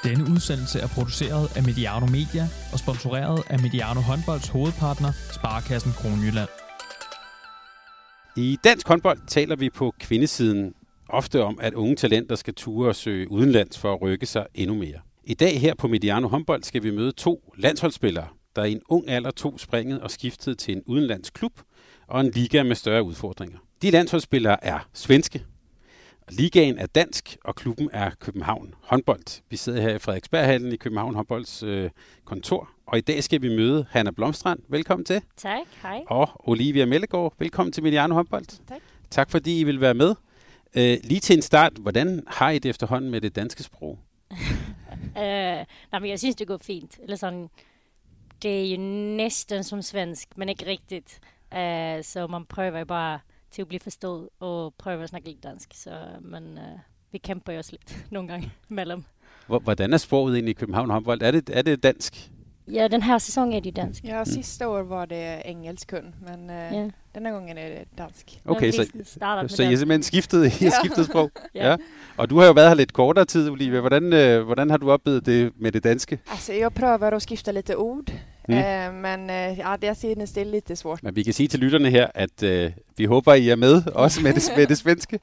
Denne udsendelse er produceret af Mediano Media og sponsoreret af Mediano Håndbolds hovedpartner, Sparekassen Kronjylland. I dansk håndbold taler vi på kvindesiden ofte om, at unge talenter skal ture og søge udenlands for at rykke sig endnu mere. I dag her på Mediano Håndbold skal vi møde 2 landsholdsspillere, der i en ung alder tog springet og skiftede til en udenlandsk klub og en liga med større udfordringer. De landsholdsspillere er svenske. Ligaen er dansk, og klubben er København Håndbold. Vi sidder her i Frederiksberghallen i København Håndbolds kontor, og i dag skal vi møde Hanna Blomstrand. Velkommen til. Tak, hej. Og Olivia Mellegaard. Velkommen til Mediano Håndbold. Tak. Tak fordi I vil være med. Lige til en start, hvordan har I det efterhånden med det danske sprog? Men jeg synes, det går fint. Eller sådan, det er jo næsten som svensk, men ikke rigtigt. Så man prøver jo bare til at blive forstået og prøve at snakke lidt dansk. Men vi kæmper jo også lidt nogle gange imellem. Hvordan er sproget egentlig i København Håndbold? Er det dansk? Ja, den her sæson er det dansk. Ja, sidste år var det engelsk kun, men denne gangen er det dansk. Okay, så I har simpelthen skiftet sprog? Ja. Og du har jo været her lidt kortere tid, Olivia. Hvordan har du oplevet det med det danske? Altså, jeg prøver at skifte lidt ord, men det synes det er lidt svårt. Men vi kan sige til lytterne her, at vi håber, I er med, også med det svenske.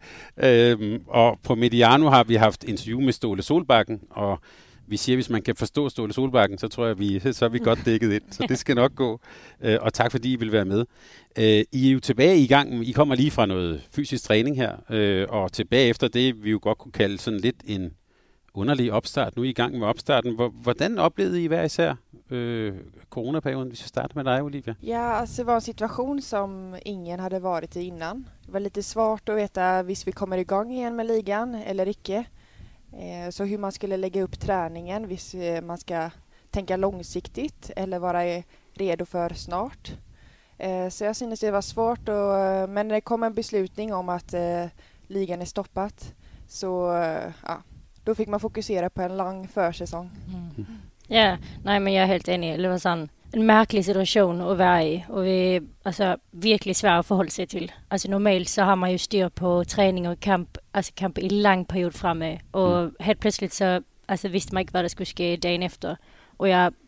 Og på Mediano har vi haft interview med Ståle Solbakken, og vi siger, hvis man kan forstå Ståle Solbakken, så tror jeg, så er vi godt dækket ind. Så det skal nok gå. Og tak fordi I vil være med. I er jo tilbage i gang. I kommer lige fra noget fysisk træning her. Og tilbage efter det, vi jo godt kunne kalde sådan lidt en underlig opstart. Nu er I gang med opstarten. Hvordan oplevede I hver især coronaperioden? Hvis vi starter med dig, Olivia. Ja, alltså det var en situation som ingen hade varit i innan. Det var lite svårt att veta hvis vi kommer igång igen med ligan eller ikke. Så hur man skulle lägga upp träningen, hvis man ska tänka långsiktigt eller vara redo för snart. Så jag synes det var svårt, men det kom en beslutning om att ligan är stoppat. Så då fick man fokusera på en lång försäsong. Ja, nej, men jeg er helt enig. Det var sådan en mærkelig situation at være i, og vi virkelig svært at forholde sig til. Altså normalt så har man jo styr på træning og kamp i lang periode fremad, og helt plötsligt så vidste man ikke, hvad der skulle ske dagen efter. Og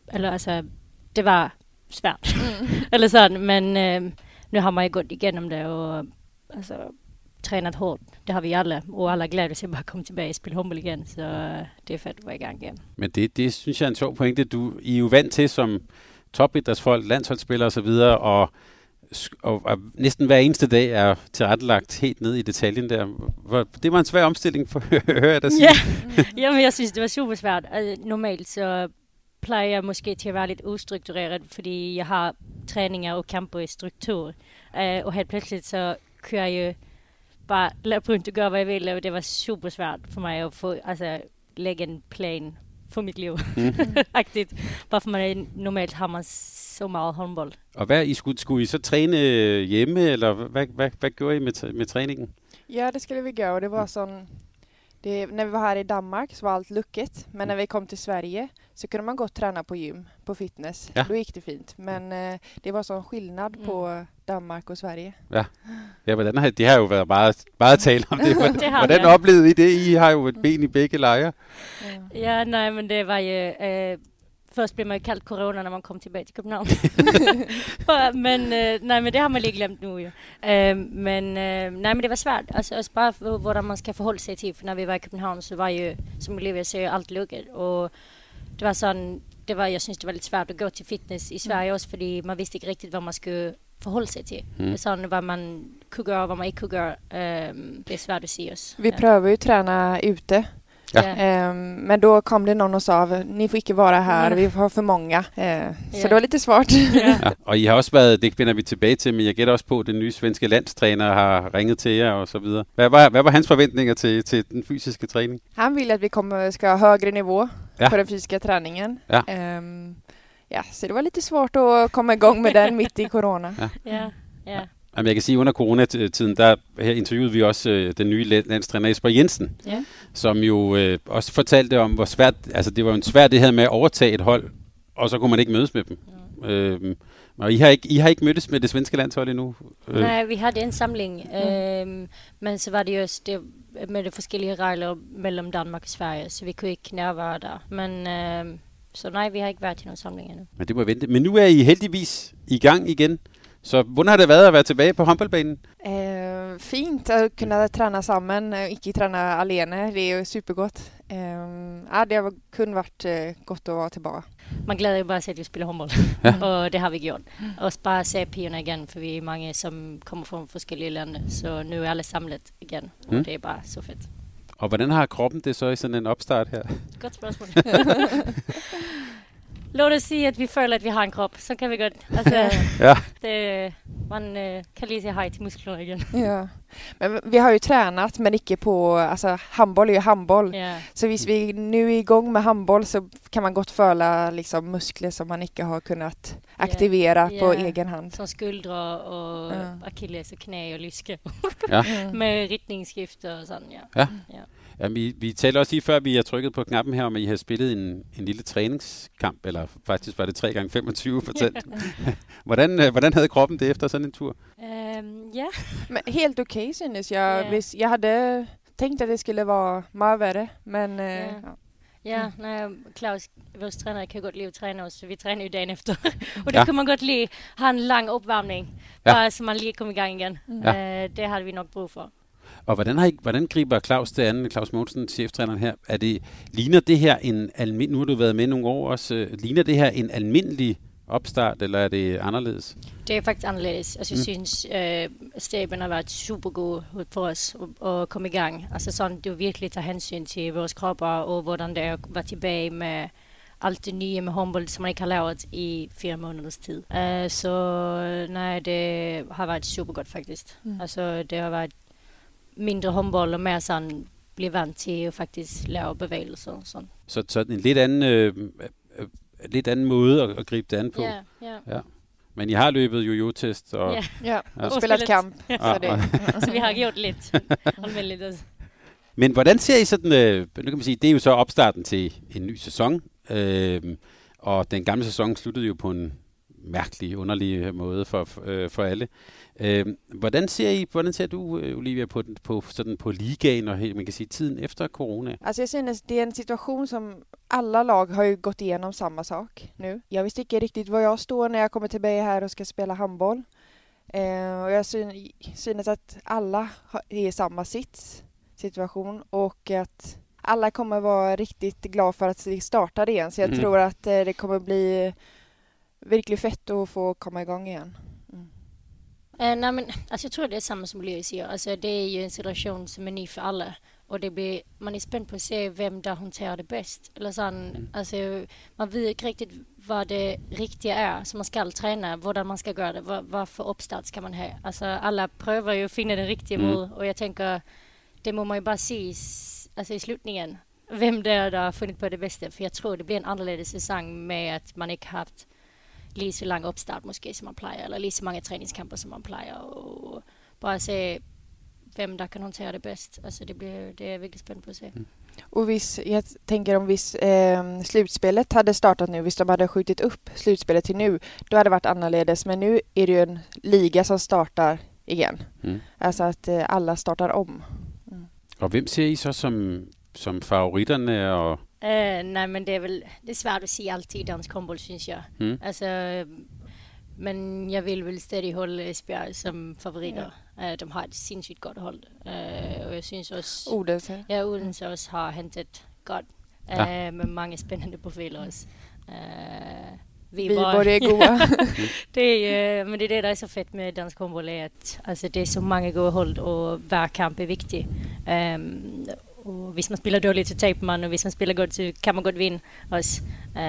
det var svært. Eller sådan, men nu har man jo gået igennem det, og trænet hårdt. Det har vi alle, og alle glæder sig bare at komme tilbage og spille håndbold igen, så det er fedt at være i gang igen. Men det synes jeg er en sjov pointe. I er jo vant til som topidrætsfolk, landsholdsspillere osv., og næsten hver eneste dag er tilrettelagt helt ned i detaljen der. Det var en svær omstilling, for at høre dig sige. Ja. Jamen, jeg synes, det var super svært. Normalt så plejer jeg måske til at være lidt ustruktureret, fordi jeg har træninger og kamper i struktur. Og helt plötsligt så kører jeg bare lade rundt og gøre, hvad jeg vil, og det var super svært for mig at få, lægge en plan for mit liv. Bare for man normalt har man så meget håndbold. Og skulle I så træne hjemme, eller hvad gjorde I med træningen? Ja, det skulle vi gøre, og det var sådan, när vi var här i Danmark så var allt lukket, men när vi kom till Sverige så kunde man gott träna på gym, på fitness. Ja. Då gick det fint, men det var sån skillnad på Danmark og Sverige. Ja, hvordan det har jo været meget tale om det. Hvordan oplevede I det? I har jo et ben i begge lejre. Ja, nej, men det var jo... Først blev man jo kaldt corona, når man kom tilbage til København. men det har man lige glemt nu jo. Men det var svært. Altså også bare, hvordan man skal forholde sig til. For når vi var i København, så var jo, som Olivia siger, alt lukket. Og det var sådan, jeg synes, det var lidt svært at gå til fitness i Sverige også, fordi man vidste ikke rigtigt, hvad man skulle forholde sig til. Sådan, hvad man kunne gøre, hvad man ikke kunne gøre. Det er svært at sige også. Vi prøver jo at træne ute. Ja. Men då kom det någon och sa, ni får ikke vara här, vi har för många. Så det var lite svårt. Ja, og I har også været, det vender vi tilbage til, men jeg gætter også på, at den nye svenske landstræner har ringet til jer og så videre. Hvad var hans forventninger til den fysiske træning? Han ville at vi skal ha högre nivå på den fysiska träningen. Ja. Så det var lite svårt att komma igång med den midt i corona. Ja. Jamen, jeg kan sige, under coronatiden, der her interviewede vi også den nye landstræner Jesper Jensen, som jo også fortalte om, hvor svært, det var jo en svært det her med at overtage et hold, og så kunne man ikke mødes med dem. Og I har ikke mødtes med det svenske landshold endnu? Nej, vi havde en samling, men så var det jo også, med de forskellige regler mellem Danmark og Sverige, så vi kunne ikke nærvare der. Men så nej, vi har ikke været til nogen samling endnu. Men det må vente. Men nu er I heldigvis i gang igen. Så hvordan har det været at være tilbage på håndboldbanen? Fint att kunna träna sammen, inte träna alene. Det är ju supergott. Det har kun varit gott att vara tillbaka. Man glæder jo bare at se, at vi spiller håndbold, og det har vi gjort. Og bare se pigerne igen, for vi er mange, som kommer fra forskellige lande, så nu er alle samlet igen, og det er bare så fedt. Og hvordan har kroppen det så i sådan en opstart her? Godt spørgsmål. Lad os sige, at vi føler, at vi har en krop, så kan vi godt. Altså, man kan lige se hej til musklerne igen. Ja. Men vi har ju tränat, men inte på, alltså handboll är ju handboll. Yeah. Så hvis vi nu är igång med handboll så kan man gott føle liksom muskler som man inte har kunnat aktivera på egen hand. Som skuldre og akilles og knæ og lyske. Ja. Med riktningsskifter og sådan, Ja. Jamen, vi talte også lige før, vi har trykket på knappen her, om at I har spillet en lille træningskamp, eller faktisk var det 3x25%. Hvordan havde kroppen det efter sådan en tur? Men helt okej synes jag. Hvis jag hade tänkt att det skulle vara meget värre, men Claus, vores træner, kan godt lide at træne os, så vi træner jo dagen efter. Og det kan man godt lide, have en lang opvarmning, bare så man lige kommer i gang igen. Det har vi nok brug for. Og hvordan griber Claus det andet, Claus Mogensen, cheftræneren her? Ligner det her nu har du været med nogle år også, ligner det her en almindelig opstart, eller er det anderledes? Det er faktisk anderledes. Altså, jeg synes, staben har været super god for os at komme i gang. Altså sådan, det er virkelig tager hensyn til vores kropper, og hvordan det er at være tilbage med alt det nye med håndbold, som man ikke har lavet i 4 måneders tid. Så nej, det har været super godt faktisk. Altså, det har været mindre håndbold og mere sådan blive vant til at faktisk lave bevægelser og sådan. Så en lidt anden måde at gribe det an på. Ja. Men I har løbet jojo-test og og spillet kamp. Så vi har gjort lidt almindeligt også. Men hvordan ser I sådan, nu kan man sige, det er jo så opstarten til en ny sæson, og den gamle sæson sluttede jo på en mærkelig, underlig måde for alle. Hvordan ser du, Olivia, på ligaen og man kan sige tiden efter corona? Alltså jag synes det är en situation som alla lag har ju gått igenom samma sak nu. Jag visste inte riktigt var jag står när jag kommer tillbaka här och ska spela handboll. Och jag synes att alla är i samma situation och att alla kommer vara riktigt glada för att det startar igen. Så jag tror att det kommer bli virkelig fett att få komma igång igen. Nej, men alltså, jag tror det är samma som Olivia säger. Alltså, det är ju en situation som är ny för alla. Och man är spänd på att se vem där hanterar det bäst. Eller sån, alltså, man vet inte riktigt vad det riktiga är som man ska träna, hur man ska göra det, vad för uppstart ska man ha. Alltså, alla prövar ju att finna den riktiga mål. Och jag tänker, det må man ju bara se alltså, i slutningen. Vem det är där har funnit på det bästa. För jag tror det blir en annorlunda säsong med att man inte haft lige så lang opstart måske, som man plejer, eller lige så mange træningskamper, som man plejer, og bare se, hvem der kan håndtere det bedst. Altså, det er virkelig spændende på at se. Och jag tänker om slutspelet hade startat nu, hvis de hade skjutit upp slutspelet till nu, då hade det varit annorledes. Men nu är det ju en liga som startar igen. Alltså att alla startar om. Og hvem ser I så som favoritterne? Og nej, men det er svært at sige altid i dansk håndbold, synes jeg. Altså, men jeg vil vel stadig holde Esbjerg som favoritter. De har et sindssygt godt hold. Og jeg synes også Odense. Ja, Odense også har hentet godt med mange spændende profiler også. Viborg er gode. Men det er det, der er så fedt med dansk håndbold, er at altså, det er så mange gode hold, og hver kamp er vigtig. Og hvis man spiller dårligt, så taber man, og hvis man spiller godt, så kan man godt vinde også.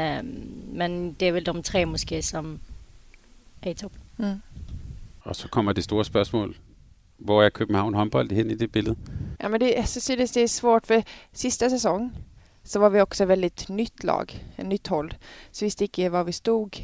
Men det er vel de 3 måske, som er i top. Og så kommer det store spørgsmål. Hvor er København håndbold hen i det billede? Ja, men det är svårt, för sista säsong så var vi också väldigt nytt lag, en nytt håll. Så visste inte var vi stod.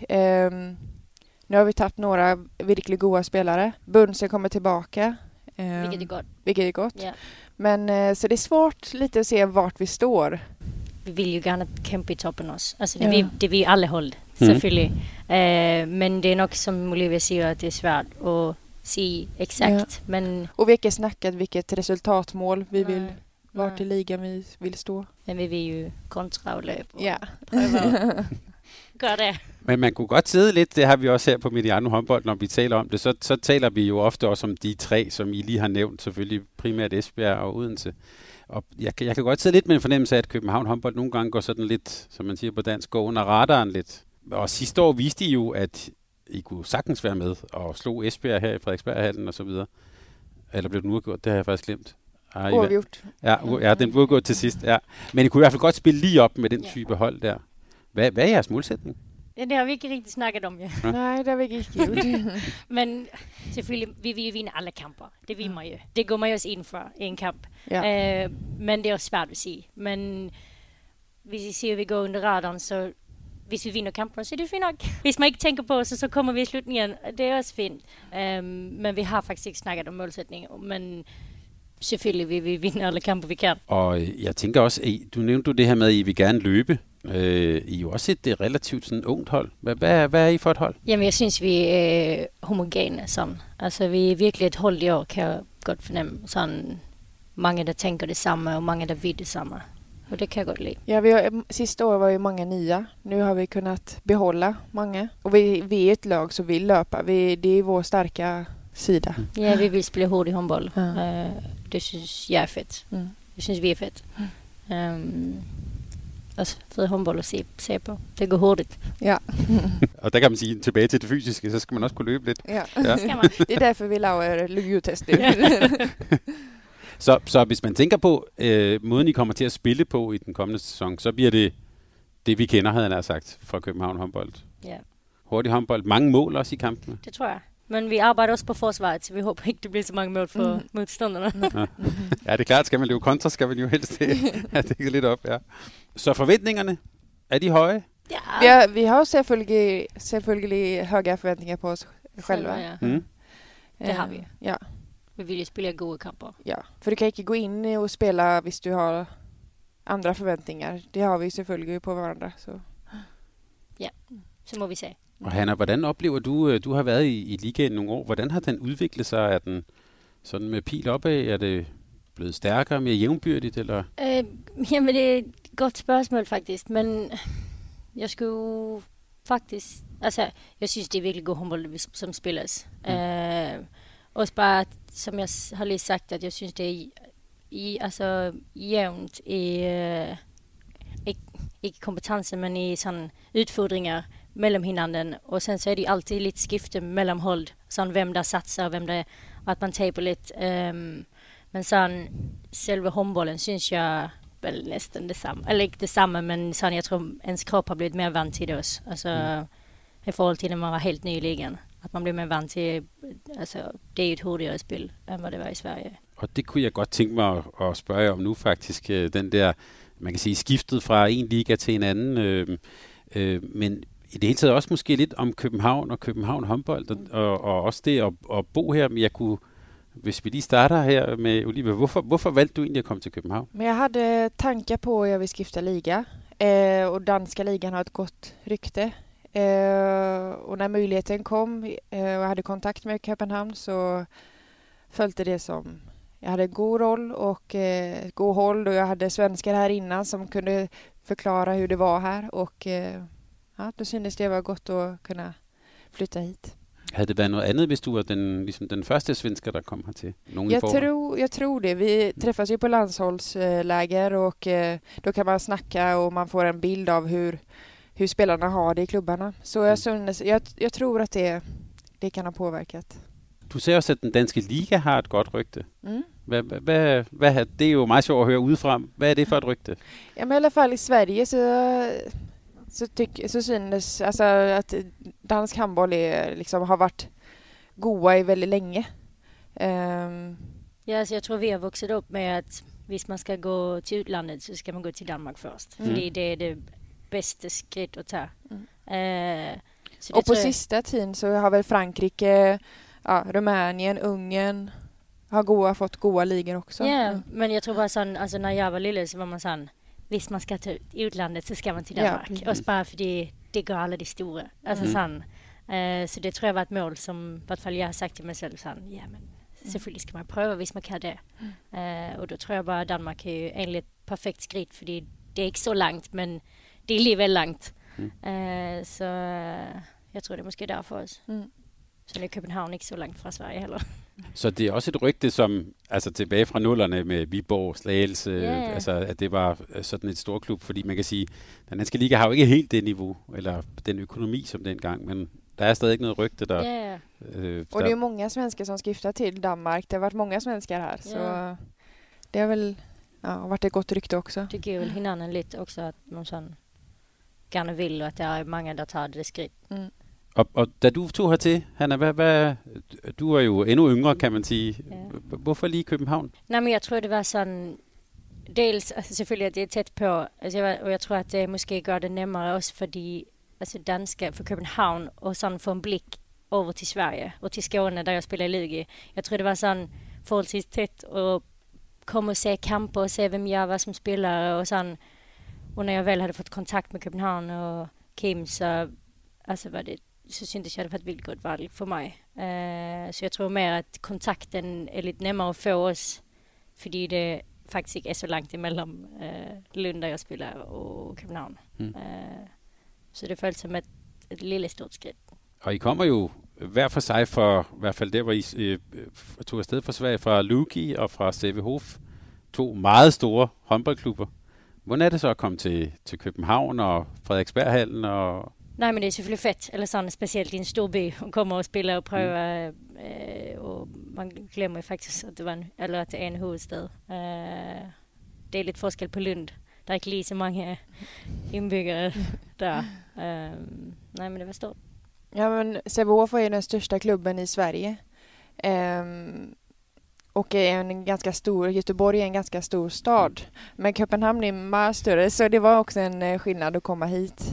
Nu har vi tappat några virkelig goda spelare. Bunse kommer tillbaka. Vilket är gott. Yeah. Men så det är svårt lite att se vart vi står. Vi vill ju gärna kämpa i toppen också. Alltså det vi alla håll, selvfølgelig. Men det är nog som Olivia säger att det är svårt att se exakt. Men, och vi har inte snackat vilket resultatmål vi vill, vart i ligan vi vill stå. men vi vill ju kontra och löp och Ja. pröva gøre det. Men man kunne godt sidde lidt, det har vi også her på Mediano håndbold, når vi taler om det, så taler vi jo ofte også om de tre, som I lige har nævnt, selvfølgelig primært Esbjerg og Odense. Og jeg kan godt sidde lidt med en fornemmelse af, at København håndbold nogle gange går sådan lidt, som man siger på dansk, går under radaren lidt. Og sidste år viste I jo, at I kunne sagtens være med og slå Esbjerg her i Frederiksberghallen og så videre. Eller blev det uafgjort? Det har jeg faktisk glemt. Uafgjort. Ja, den blev uafgjort til sidst, ja. Men I kunne i hvert fald godt spille lige op med den type hold der. Hvad er jeres målsætning? Ja, det har vi ikke rigtig snakket om, ja. Nej, det har vi ikke gjort. Men selvfølgelig, vi vil vinde alle kamper. Det vil man jo. Det går man jo også ind for i en kamp. Ja. Men det er også svært at sige. Men hvis I siger, at vi går under radaren, så hvis vi vinder kampen, så er det fint nok. Hvis man ikke tænker på os, så kommer vi i slutningen. Det er også fint. Men vi har faktisk ikke snakket om målsætninger. Men selvfølgelig vil vi vinde alle kamper, vi kan. Og jeg tænker også, du nævnte det her med, at I vil gerne løbe. I er jo også et relativt sådan ungt hold. Hvad er I for et hold? Jamen, jeg synes, vi er homogene sådan. Altså, vi er virkelig et hold i år, kan jeg godt fornemme. Sådan mange, der tænker det samme, og mange, der ved det samme. Och det kan jag godt lide. Ja, sista år var ju många nya. Nu har vi kunnat behålla många. Och vi är ett lag som vill löpa. Det är vår starka sida. Ja, vi vill spela hård i håndboll. Det synes jeg er fedt. Det synes vi er fedt. Også fed håndbold at se på. Det går hurtigt. Ja. Og der kan man sige, tilbage til det fysiske, så skal man også kunne løbe lidt. Ja. Skal man. Det er derfor, vi laver lyvtest. Så hvis man tænker på måden, I kommer til at spille på i den kommende sæson, så bliver det vi kender, havde jeg sagt, fra København håndbold. Ja. Hurtig håndbold. Mange mål også i kampene. Det tror jeg. Men vi arbejder også på forsvaret, så vi håber ikke, det bliver så mange mål for modstanderne. Ja, det er klart. Skal man løbe kontra, skal man jo helst have dækket lidt op. Ja. Så forventningerne, er de høje? Ja. Vi har selvfølgelig höga förväntningar på oss själva. Ja. Det har vi. Ja. Vi vill ju spela gode kamper. Ja, för du kan inte gå in och spela hvis du har andra förväntningar. Det har vi selvfølgelig på varandra. Så. Ja, så må vi se. Og Hanna, hvordan oplever du har været i ligaen nogle år, hvordan har den udviklet sig? Er den sådan med pil opad? Er det blevet stærkere, mere jævnbyrdigt? Eller? Jamen, det er et godt spørgsmål faktisk, men jeg skulle faktisk, altså, jeg synes, det er virkelig god håndbold, som spilles. Også bare, som jeg har lige sagt, at jeg synes, det er altså jævnt ikke kompetence, men i sådan udfordringer mellem hinanden. Og sen så er det altid lidt skifte mellem hold. Sådan, hvem der satser, og hvem der, at man taber lidt. Men sådan, selve håndbollen synes jeg vel næsten det samme. Eller ikke det samme, men sådan, jeg tror, ens krop har blevet mere vant til det også. Altså, i forhold til, når man var helt ny i ligaen. At man bliver mere vant til, altså, det er et hurtigere spil, end hvad det var i Sverige. Og det kunne jeg godt tænke mig at spørge jer om nu faktisk. Den der, man kan sige, skiftet fra en liga til en anden. Men i det hele taget også måske lidt om København og København håndbold, og også det at bo her. Men jeg kunne, hvis vi lige starter her med Olivia, hvorfor valgte du egentlig at komme til København? Men jag hade tankar på att jag vill skifta liga. Och danska ligan har ett gott rykte. Och när möjligheten kom och jag hade kontakt med Köpenhamn så följde det som jag hade en god roll och god håll och jag hade svenskar här innan som kunde förklara hur det var här och ja, då syntes det var gott att kunna flytta hit. Havde det været noget andet, hvis du var den første svensker, der kom hertil? Jag tror det. Vi träffas ju på landshållsläger och då kan man snacka och man får en bild av hur spelarna har det i klubbarna. Så jag tror att det kan ha påverkat. Du ser også, at den danske liga har et godt rygte. Hvad, det er jo meget sjovt at høre udefra. Hvad er det for et rygte? Jamen, i alla fall i Sverige så synes alltså att dansk handboll liksom har varit goda i väldigt länge. Ja, så jag tror vi har vuxit upp med att hvis man ska gå till utlandet så ska man gå till Danmark först. För det är det bästa skritt att ta. Och på sista tiden så har väl Frankrike, Rumänien, Ungern fått goda ligor också. Ja, men jag tror bara sån, alltså när jag var lille så var man sån, hvis man ska till utlandet så ska man till Danmark. Och bara för det går alla de stora. Alltså sån, Så det tror jag var ett mål som i hvert fall jag har sagt till mig själv. Ja, men selvfølgelig ska man pröva hvis man kan det. Och då tror jag bara Danmark är ju egentlig ett perfekt skridt, fordi det är inte så långt, men det är alligevel långt. Så jag tror det är måske derfor også. Så er København ikke så langt fra Sverige heller. Så det er også et rygte, som altså tilbage fra nullerne med Viborg, Slagelse, altså at det var sådan et stort klub, fordi man kan sige, den danske liga har jo ikke helt det niveau, eller den økonomi som dengang, men der er stadig ikke noget rygte der. Och det är många svenskar som skiftar till Danmark. Det har varit många svenskar här, så det har väl varit ett gott rykte också. Det giver vel hinanden lite också att man sådan gerne vil, og at der er mange, der tager det skridt. Og da du tog hertil, Hanna, du er jo endnu yngre, kan man sige. Hvorfor lige København? Nej, men jeg tror, det var sådan, dels, altså selvfølgelig, at det er tæt på, altså, og jeg tror, at det måske gør det nemmere også, fordi altså danska for København, og sådan få en blik over til Sverige, og til Skåne, der jeg spiller i Lugi. Jeg tror, det var sådan forholdsvis tæt, at komme og se kamper, og se, hvem jeg var som spiller, og sådan. Og når jeg vel havde fået kontakt med København og Kim, så altså så syntes jeg, det var et vildt godt valg for mig. Så jeg tror mere, at kontakten er lidt nemmere at få os, fordi det faktisk ikke er så langt imellem Lund, der jeg spiller, og København. Så det føles som et lille stort skridt. Og I kommer jo hver for sig fra, i hvert fald der, hvor I tog afsted fra Sverige, fra Lugi og fra CVH, to meget store håndboldklubber. Hvordan er det så at komme til København og Frederiksberghallen? Og Nej, men det er selvfølgelig fedt, eller sådan specielt i en stor by, at komme og spille og prøve, og man glemmer faktisk, at det er en hovedstad. Det er lidt forskel på Lund. Der er ikke lige så mange indbyggere der. Nej, men det var stort. Ja, men CVH är den största klubben i Sverige. Och är en ganska stor, Göteborg är en ganska stor stad. Men Köpenhamn är mycket större, så det var också en skillnad att komma hit.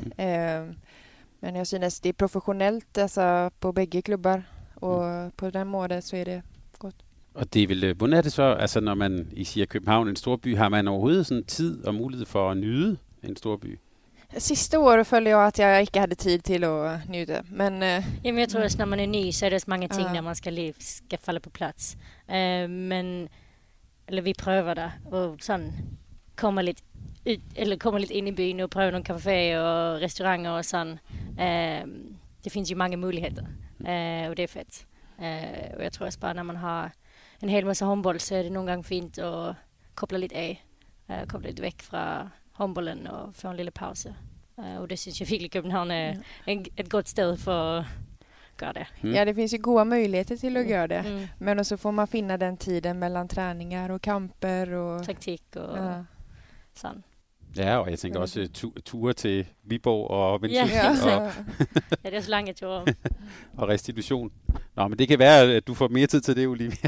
Men jag synes det är professionellt alltså, på bägge klubbar. Och på den måden så är det godt. Og det er vel, hvordan er det så, altså når man I siger København, en stor by, har man overhovedet sådan tid og mulighed for at nyde en stor by? Sista året følte jeg at jeg ikke havde tid til at nyde. Men jamen, jeg tror også, når man er ny, så er det også mange ting, der man skal falde på plads. Men eller vi prøver der og sådan kommer lidt ut, eller kommer lidt ind i byen og prøver nogle caféer og restauranter og sådan. Det finns ju många muligheter. Och det är fett. Och jag tror också bara när man har en hel massa håndboll så är det någon gång fint att koppla lite koppla lite väck från håndbollen och få en lille paus. Och det syns jag virkelig København är ett gott sted för att göra det. Ja, det finns ju goda möjligheter till att göra det. Men så får man finna den tiden mellan träningar och kamper og taktik og sådan. Ja, og jeg tænker også ture til Viborg og Vendsyssel. Ja, det er så lange ture. Og restitution. Nå, men det kan være, at du får mere tid til det, Olivia,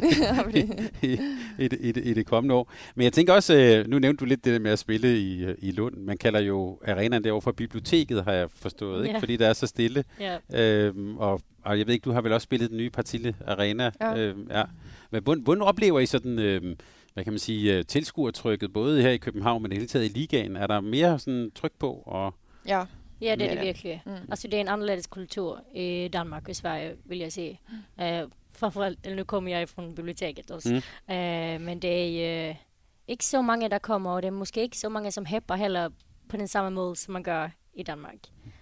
i det kommende år. Men jeg tænker også, nu nævnte du lidt det med at spille i Lund. Man kalder jo arenaen derovre for biblioteket, har jeg forstået, ikke? Fordi der er så stille. Og jeg ved ikke, du har vel også spillet den nye Partille Arena. Men hvordan oplever I sådan hvad kan man sige, tilskuertrykket, både her i København, men det hele taget i ligaen? Er der mere sådan tryk på? Og Ja, det er det virkelig. Altså, det er en anderledes kultur i Danmark og i Sverige, vil jeg sige. Framförallt, nu kommer jeg fra biblioteket også. Men det er ikke så mange, der kommer, og det er måske ikke så mange, som hæpper heller på den samme måde, som man gør i Danmark.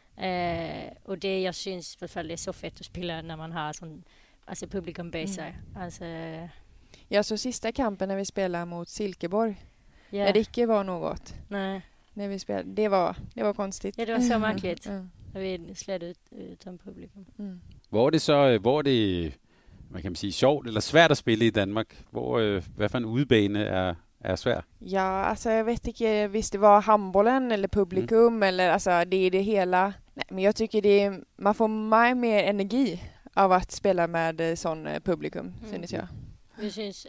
Og det, jeg synes i hvert fald, det er så fedt at spille, når man har sådan, altså publikum bag sig. Altså ja, så sista kampen när vi spelade mot Silkeborg. När det inte var något. Nej. När vi spelade, det var konstigt. Ja, det var så märkligt. När vi släppte ut utan publikum. Hvor er det, hvad kan man sige, sjovt eller svært at spille i Danmark? Hvad for en udebane er svær? Ja, alltså jag vet inte hvis det var handbollen eller publikum eller alltså det är det hela. Nej, men jag tycker man får mer energi av att spela med sån publikum, synes jag. Jag syns,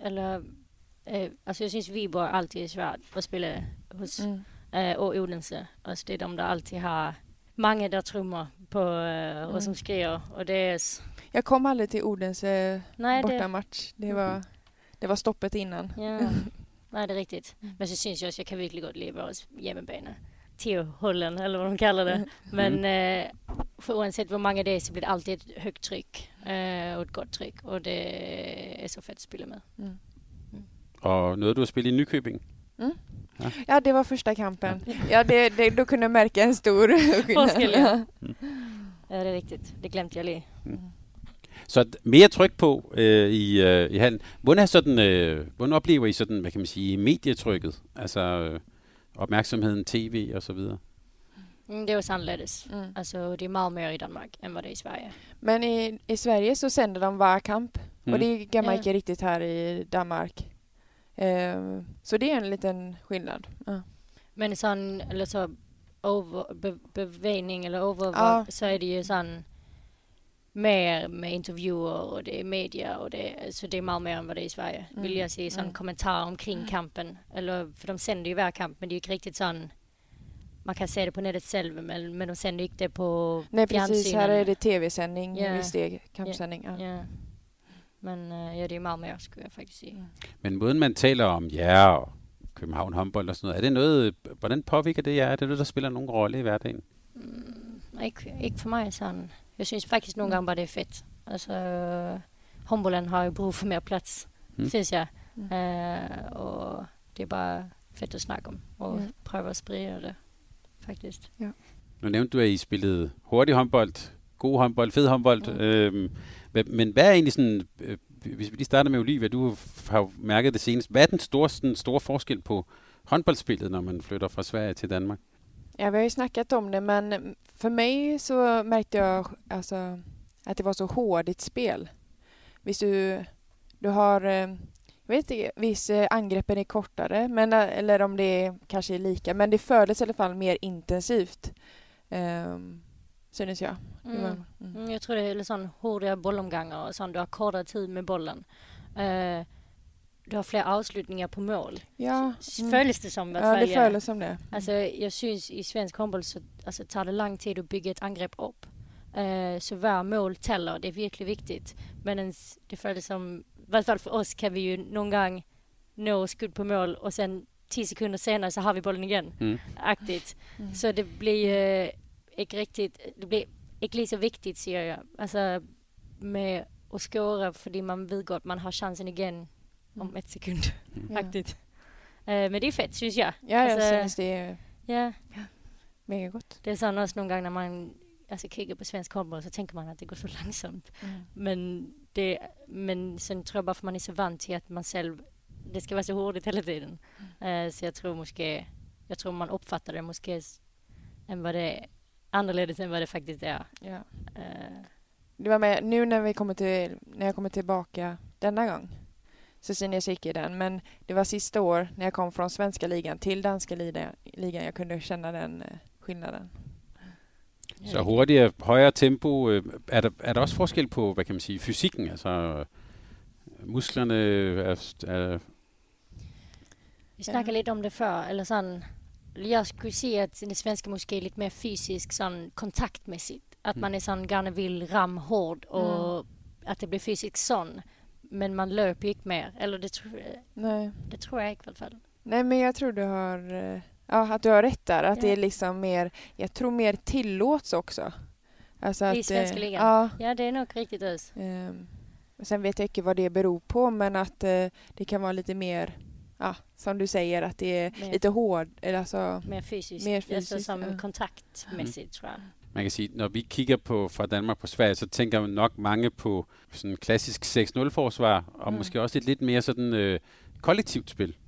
jag syns Viborg alltid är svårt att spela hos och Odense. Alltså det är de där alltid har många där trummor på och som skriver och det är jag kom aldrig till Odense bortamatch. Det var stoppet innan. Ja. Nej, det är riktigt. Men så syns jag att jag kan virkelig godt lide vores hjemmebane. teohållen eller vad de kallar det. Men för oavsett hur många det är så blir det alltid ett högt tryck och ett gott tryck. Och det är så fett att spela med. Och nåede du at spille i Nykøbing? Ja, det var första kampen. Ja, då kunde jag märka en stor skillnad. Ja, det är riktigt. Det glemte jeg lige. Så mere tryk på i hallen. Hvordan oplever I sådan, hvad kan man sige, medietrykket? Altså opmærksomheden, tv og så videre? Det är ju annorledes. Alltså det är mycket mer i Danmark än vad det är i Sverige. Men i Sverige så sänder de var kamp. Och det kan man inte riktigt här i Danmark. Så det är en liten skillnad. Men sån, eller så bevegning eller så är det ju sån mer med intervjuer och det är media och så det är mycket mer än vad det är i Sverige. Vill jag säga sån kommentar omkring kampen. Eller, för de sänder ju hver kamp, men det är ju inte riktigt sån. Man kan se det på nätet själv, men de sänder ju inte på Nej, precis. Här är det tv-sändning, visst det är kampsändning. Ja. Men det är mycket mer, skulle jag faktiskt säga. Men måden man taler om jer og København håndbold og sådan noget, er det noget, hvordan påvirker det jer? Er det noget, der spiller nogen rolle i hverdagen? Ikke for mig sådan. Jeg synes faktisk nogle gange bare det er fedt. Altså, håndbolden har jo brug for mere plads, synes jeg. Og det er bare fedt at snakke om, og prøve at sprede det, faktisk. Ja. Nu nævnte du, at I spillede hurtig håndbold, god håndbold, fed håndbold. Men hvad er egentlig sådan, hvis vi lige starter med Olivia, du har jo mærket det senest. Hvad er den store forskel på håndboldspillet, når man flytter fra Sverige til Danmark? Ja, vi har ju snackat om det, men för mig så märkte jag alltså, att det var så hårdigt spel. Hvis du har, jag vet inte, viss angreppen är kortare, men, eller om det kanske är lika, men det fördes i alla fall mer intensivt, synes jag. Jag tror det är sån hårda bollomgångar och sånt, du har kortare tid med bollen. Du har fler avslutningar på mål. Ja. Føles det som i hvert fald. Ja, det føles som det. Altså, jeg synes i svensk håndbold så tager det lang tid at bygge et angreb op. Så hver mål tæller, det er virkelig vigtigt. Men det føles som, i hvert fald for os, kan vi jo nogle gange nå skud på mål, og sen 10 sekunder senere, så har vi bolden igen. Agtigt. Så det bliver ikke rigtigt, det bliver ikke lige så vigtigt, siger jeg. Altså, med at score, fordi man ved godt, man har chancen igen om 1 sekund. Agtigt. Men det är fett, synes jag. Ja, jag synes det är mega gott. Det är sån också någon gång när man kigger på svensk håndboll så tänker man att det går så långsamt. Men sen tror jag bara för man är så van till att man själv, det ska vara så hårdigt hela tiden. Så jag tror man uppfattar det måske än vad det är, annorledes än vad det faktiskt är. Ja. Det var med nu när jag kommer tillbaka denna gång. Så sen jag gick i den. Men det var sista år när jag kom från svenska ligan till danska ligan. Jag kunde känna den skillnaden. Så hurtigere, højere tempo. Er der også forskel på, hvad kan man sige, fysikken? Altså musklerne er... Vi snakker lidt om det før, eller sådan. Jeg skulle sige, at det svenske måske er lidt mere fysisk, sådan kontaktmæssigt. At man er sådan gerne vil ramme hårdt, og at det bliver fysisk sådan. Men man löper inte mer. Eller det tror jag i alla fall. Nej, men jag tror du har att du har rätt där. Att det är liksom mer, jag tror mer tillåts också. Alltså i svenska ligan. Ja, det är nog riktigt ös. Sen vet jag inte vad det beror på, men att det kan vara lite mer, som du säger, att det är mer, lite hård, eller alltså mer fysiskt. Alltså som kontaktmässigt, tror jag. Man kan sige, når vi kigger på fra Danmark på Sverige, så tænker man nok mange på sådan klassisk 6-0-forsvar, og måske også et lidt mere sådan kollektivt spil.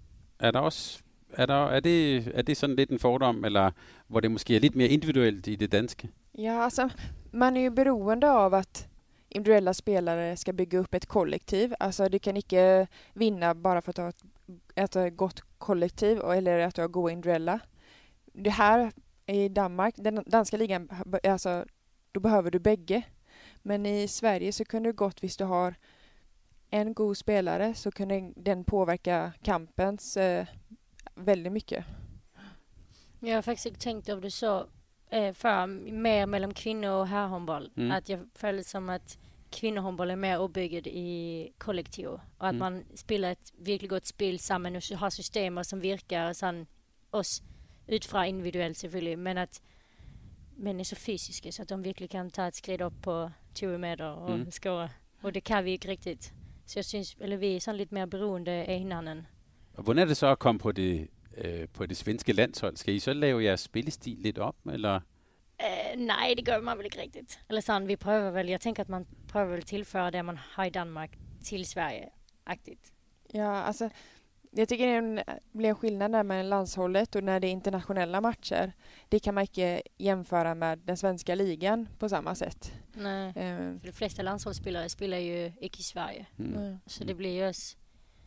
Er det sådan lidt en fordom, eller hvor det måske er lidt mere individuelt i det danske? Ja, alltså man är ju beroende av att individuella spelare ska bygga upp ett kollektiv. Alltså du kan inte vinna bara för att ha ett gott kollektiv eller att du har goda individuella. Det här i Danmark, den danska ligan, alltså, då behöver du bägge. Men i Sverige så kunde du gott, hvis du har en god spelare, så kunde den påverka kampens väldigt mycket. Jag har faktiskt inte tänkt över det så för mer mellan kvinnor och herrhåndboll. Att jag följer som att kvinnohåndboll är mer uppbyggd i kollektiv. Och att man spelar ett virkelig gott spel samman och har system som virkar. Och sen oss ut fra individuellt selvfølgelig, men at män är så fysiska så att de verkligen kan ta ett skrid upp på 20 meter och skåra. Och det kan vi ikke riktigt. Så jeg synes, eller vi er sådan lidt mere beroende af hinanden. Og hvordan er det så at komme på det svenske landshold? Skal I så lave jeres spillestil lidt op, eller? Nej, det gør man vel ikke rigtigt. Eller sådan, vi prøver vel, jeg tænker, at man prøver vel tilføre det, man har i Danmark till Sverige-agtigt. Ja, alltså jag tycker det blir en skillnad där med landshållet och när det är internationella matcher. Det kan man inte jämföra med den svenska ligan på samma sätt. Nej, för de flesta landshållsspelare spelar ju inte i Sverige. Så det blir ju oss.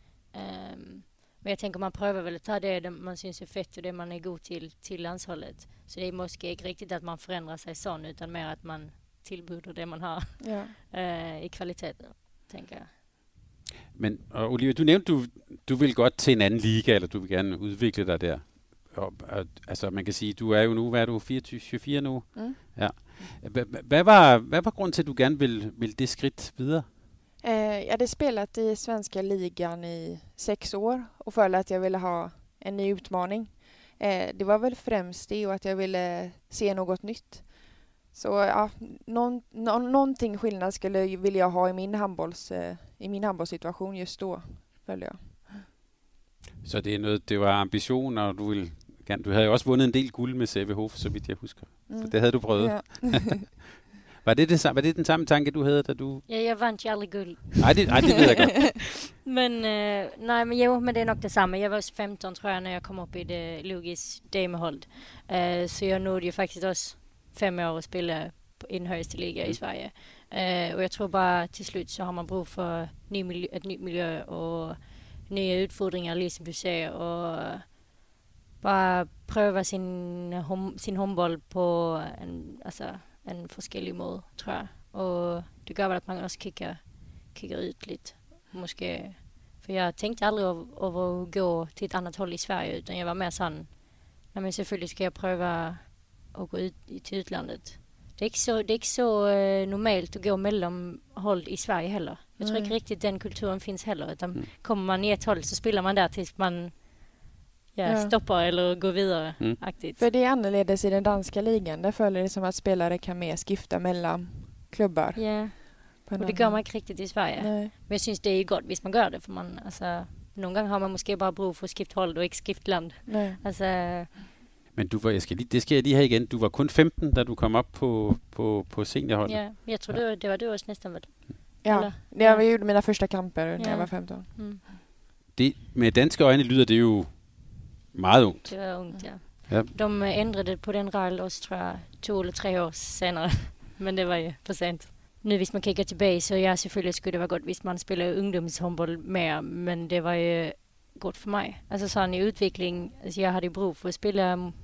Men jag tänker man prövar väl att ta det man syns är fett och det man är god till landshållet. Så det är måste inte riktigt att man förändrar sig sån utan mer att man tillbjuder det man har i kvalitet, tänker jeg. Men Olivia, du nævnte, du vil godt til en anden liga, eller du vil gerne udvikle dig der. Altså man kan sige, du er jo nu, hvad er du, 24 nu? Ja. Hvad var grunden til, at du gerne ville det skridt videre? Jag hade spelat i svenska ligan i 6 år och för att jag ville ha en ny utmaning. Det var väl främst det och att jag ville se något nytt. Så ja, någonting skillnad vill jag ha i min handbollssituation just då, følte jeg. Så det er noget, det var ambition, og du havde jo også vundet en del guld med CVH, så vidt jeg husker. Så det havde du prøvet. Ja. Var det den samme tanke, du havde, da du... Ja, jeg vandt jo aldrig guld. Nej, det ved jeg godt. Men det er nok det samme. Jeg var også 15, tror jeg, når jeg kom op i det Lugis damehold. Så jeg nåede jo faktisk også 5 år at spille i den højeste liga i Sverige. Og jeg tror bare, til slut, så har man brug for et nyt miljø og nye udfordringer, ligesom du siger, og bare prøve sin håndbold på en forskellig måde, tror jeg. Og det gør vel, at man også kigger ud lidt, måske. For jeg tænkte aldrig over at gå til et andet hold i Sverige, utan jeg var mere sådan, men selvfølgelig skal jeg prøve at gå ud til udlandet. Det är inte så normalt att gå mellan hold i Sverige heller. Jag tror inte riktigt den kulturen finns heller. Utan kommer man i ett håll så spelar man där tills man stoppar eller går vidare. Aktivt. För det är annorledes i den danska ligan. Där följer det som att spelare kan mer skifta mellan klubbar. Ja, och det gör man inte riktigt i Sverige. Nej. Men jag syns det är gott hvis man gör det. För man, alltså, någon gång har man måske bara brug för att skifta hold och inte skifta land. Nej. Alltså... Men det skal jeg lige have igen. Du var kun 15, da du kom op på seniorholdet. Ja, jag tror det var du också nästan väl. Ja, jag gjorde mina första kamper när jag var 15. Det, med danske øjne lyder det jo meget ungt. Det var ungt, ja. De ändrade på den regel også, tror jeg, 2 eller 3 år senere. Men det var ju för sent. Nu hvis man kigger tilbage, så selvfølgelig skulle det være godt, hvis man spiller ungdomshåndbold mere. Men det var jo godt for mig. Altså sådan i udvikling, altså jeg havde brug for at spille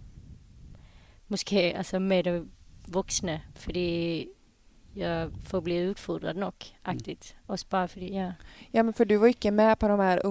måske altså med de voksne, fordi jeg får blive udfordret nok agtigt. Også bare fordi, Ja, men för du var ikke med på de här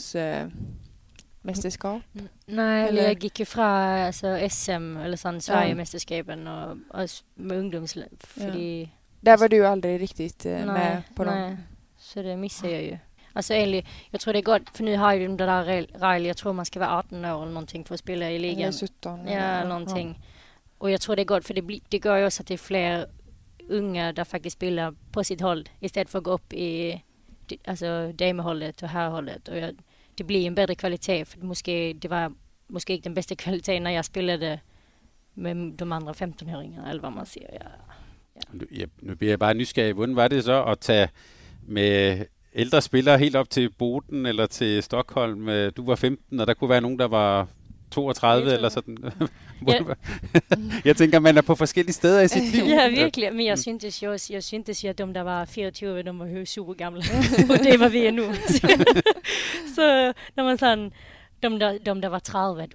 ungdomsmästerskap? Nej, eller? Jeg gik fra altså SM eller sådan Sverige-mesterskapen og også med ungdoms, fordi... Där var du aldrig riktigt med på dem? Nej, så det missar jag ju. Alltså egentlig, jag tror det är gott, för nu har ju de där regler, jag tror man ska vara 18 år eller någonting för att spela i ligan. Eller 17. Ja, någonting. Och jag tror det är gott, för det gör ju också att det är fler unga där faktiskt spelar på sitt håll istället för att gå upp i alltså damehållet och herrhållet. Och det blir en bättre kvalitet, för det var måske inte den bästa kvaliteten när jag spelade med de andra 15-åringarna, eller vad man säger. Ja. Nu bliver jeg bare nysgerrig. Hvordan var det så at tage med ældre spillere helt op til Boden eller til Stockholm? Du var 15, og der kunne være nogen, der var 32 eller sådan. Jeg tænker, man er på forskellige steder i sit liv. Ja, virkelig. Men jeg syntes at de, der var 24, de var jo super gamle. Og det var vi nu. Så når man sådan, de der var 30,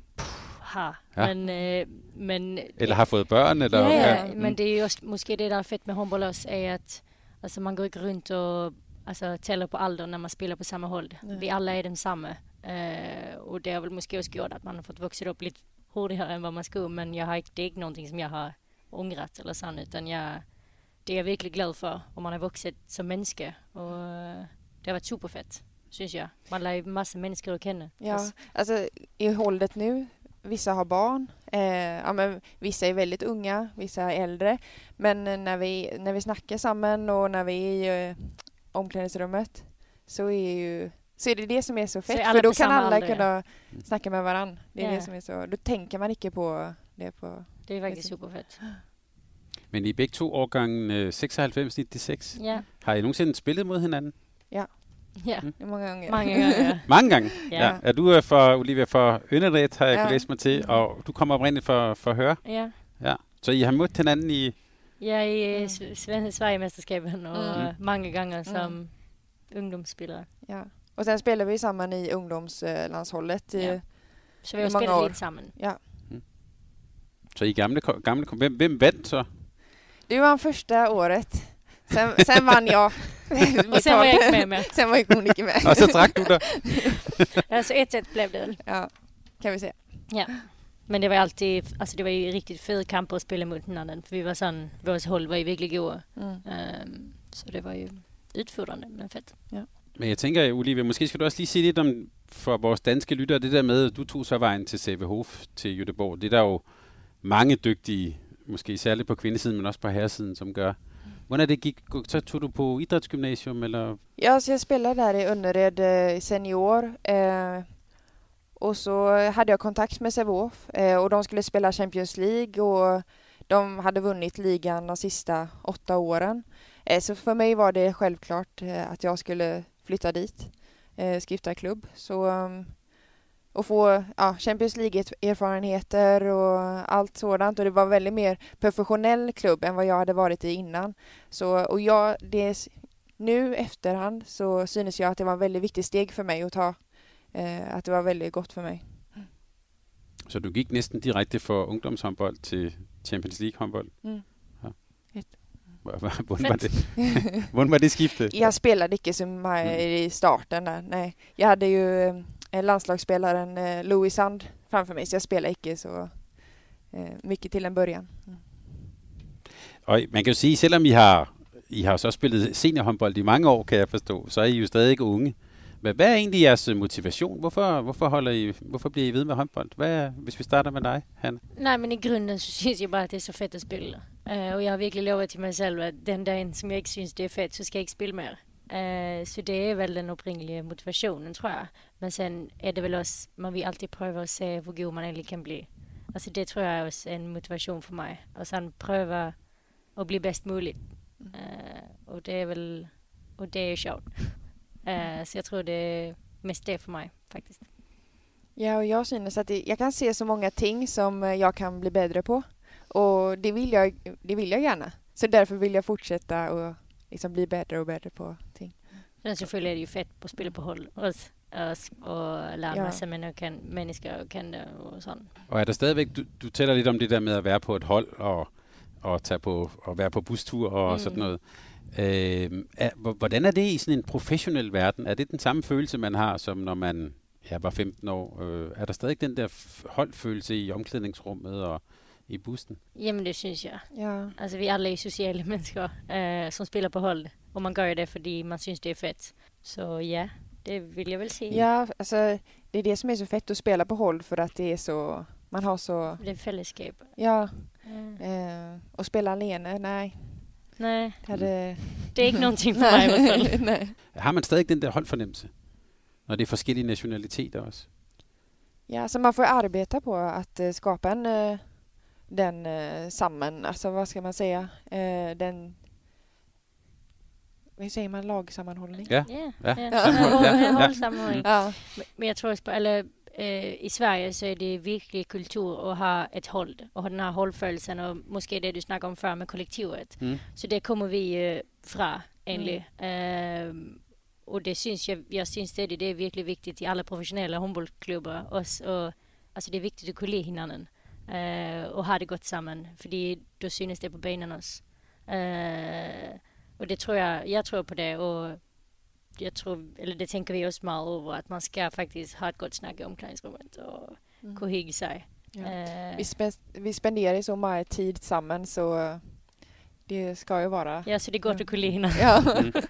men eller har fået børn eller men det er jo også, måske det der er fedt med håndbold også, er at altså man går ikke rundt og altså tæller på alder når man spiller på samme hold. Vi alla är den samme. Och det har väl måske også gjort att man har fått vuxit upp lite hårdare än vad man skulle, men det är inte någonting som jag har ångrat eller sånt, utan det är jag virkelig glad för om man har vuxit som människa, och det har varit superfett, synes jag. Man lär ju massa människor att känna. Ja, alltså i hållet nu vissa har barn. Ja, men vissa är väldigt unga, vissa är äldre. Men när vi snackar samman och när vi är i omklädningsrummet så är det det som är så fett. För då kan alla kunna snacka med varandra. Det är det som är så. Då tänker man inte på det. Det är faktiskt superfett. Men I er begge to årgangen 96-96. Ja. Har I nogensinde spillet mod hinanden? Ja. Många gånger. Mange gange. Mange gange? Ja. Er du for, Olivia, for Önnered, har jeg kunnet læse mig til, og du kommer oprindeligt for Høre? Ja. Så I har mødt hinanden i... Ja, i Sverigemästerskapen och många gånger som ungdomsspelare. Ja. Och sen spelar vi samman i ungdomslandsholdet så vi har spelat lite samman. Ja. Så I gamle hvem vandt så? Det var första året. Sen vann jag. Och sen var jag inte med. Sen var hon inte med. Og så trak du der. Alltså 1-1 blev det. Ja, kan vi säga. Ja. Men det var alltid, alltså det var ju riktigt fede kamper att spela mot hinanden. För vi var sån, vårt håll var ju virkelig goda. Så det var ju utfordrende, men fedt. Ja. Men jeg tænker, Olivia, måske skal du også lige sige lidt om for vores danske lyttere, det der med, at du tog så vejen til Sävehof, til Göteborg. Det er der jo mange dygtige, måske særligt på kvindesiden, men også på herresiden, som gør. Hvordan det gik? Så tog du på idrætsgymnasium, eller? Ja, så jag spelade där i Önnered senior. Och så hade jag kontakt med Sävehof och de skulle spela Champions League och de hade vunnit ligan de sista 8 åren. Så för mig var det självklart att jag skulle flytta dit, skifta klubb. Så, och få Champions League-erfarenheter och allt sådant. Och det var väldigt mer professionell klubb än vad jag hade varit i innan. Så, och nu efterhand så synes jag att det var en väldigt viktig steg för mig att ta. Att det var väldigt gott för mig. Så du gik næsten direkte fra ungdomshåndbold til Champions League-håndbold? Ja. Hvordan var det skiftet? Jag spelade inte som i starten där. Nej. Jag hade ju landslagsspelaren Louis Sand framför mig, så jag spelade inte så mycket till en början. Og man kan jo sige, selvom I har så spillet seniorhåndbold i mange år, kan jeg forstå, så er I jo stadig ikke unge. Hvad er egentlig jeres motivation? Hvorfor bliver I ved med håndbold? Hvis vi starter med dig, Hanna? Nej, men i grunden så synes jeg bare, at det er så fedt at spille. Og jeg har virkelig lovet til mig selv, at den dagen, som jeg ikke synes, det er fedt, så skal jeg ikke spille mere. Så det er vel den oprindelige motivationen, tror jeg. Men sen er det vel også, man vil altid prøve at se, hvor god man egentlig kan blive. Altså det tror jeg er også en motivation for mig. Og sådan prøve at blive bedst muligt. Og det er vel, og det er jo sjovt. Så jag tror det är mest det för mig faktiskt. Ja, och jag synes att jag kan se så många ting som jag kan bli bättre på. Och det vill jag gärna. Så därför vill jag fortsätta och liksom bli bättre och bättre på ting. Sen selvfølgelig är det ju fett på att spela på håll och lära massa människor och kända och sånt. Og er der stadigvæk, du taler lidt om det der med at være på et hold og tage på og være på bustur og sådan noget. Hvordan er det i sådan en professionel verden? Er det den samme følelse, man har, som når man var 15 år? Er der stadig den der holdfølelse i omklædningsrummet og i bussen? Jamen det synes jeg. Ja. Altså vi alla är sociala människor som spelar på hold. Och man gör det fordi man synes det är fett. Så ja, det vill jag väl säga. Ja, alltså det är det som är så fett att spela på håll för att det är så... Man har så... Det är fällskap. Ja. Och spela alene, nej. Nej, det är inte någonting för mig i alla fall. Nej. Har man stadig den der holdfornemmelse, når det er forskellige nationaliteter også? Ja, så man får arbeta på att skapa den samman, alltså vad ska man säga, vad säger man, lagsammanhållning? Ja. Hållsammanhållning. Ja. Men jag tror också i Sverige så är det virkelig kultur att ha ett håll och ha den här hållfølelsen och måske det du snackar om før med kollektivet. Så det kommer vi fra egentlig. Och det syns jag syns det är virkelig vigtigt i alla professionella håndboldklubbar också. Och alltså det är viktigt att kunna lide hinanden och ha det gott samman, för då syns det på benen också. Och det tror jag tror på det, och jag tror, eller det tänker vi också meget over, att man ska faktiskt ha ett gott snack i omklädningsrummet och kunna hygge sig. Ja. Vi spenderar så mycket tid samman, så det ska ju vara... Ja, så det är gott att kunna lide. Ja.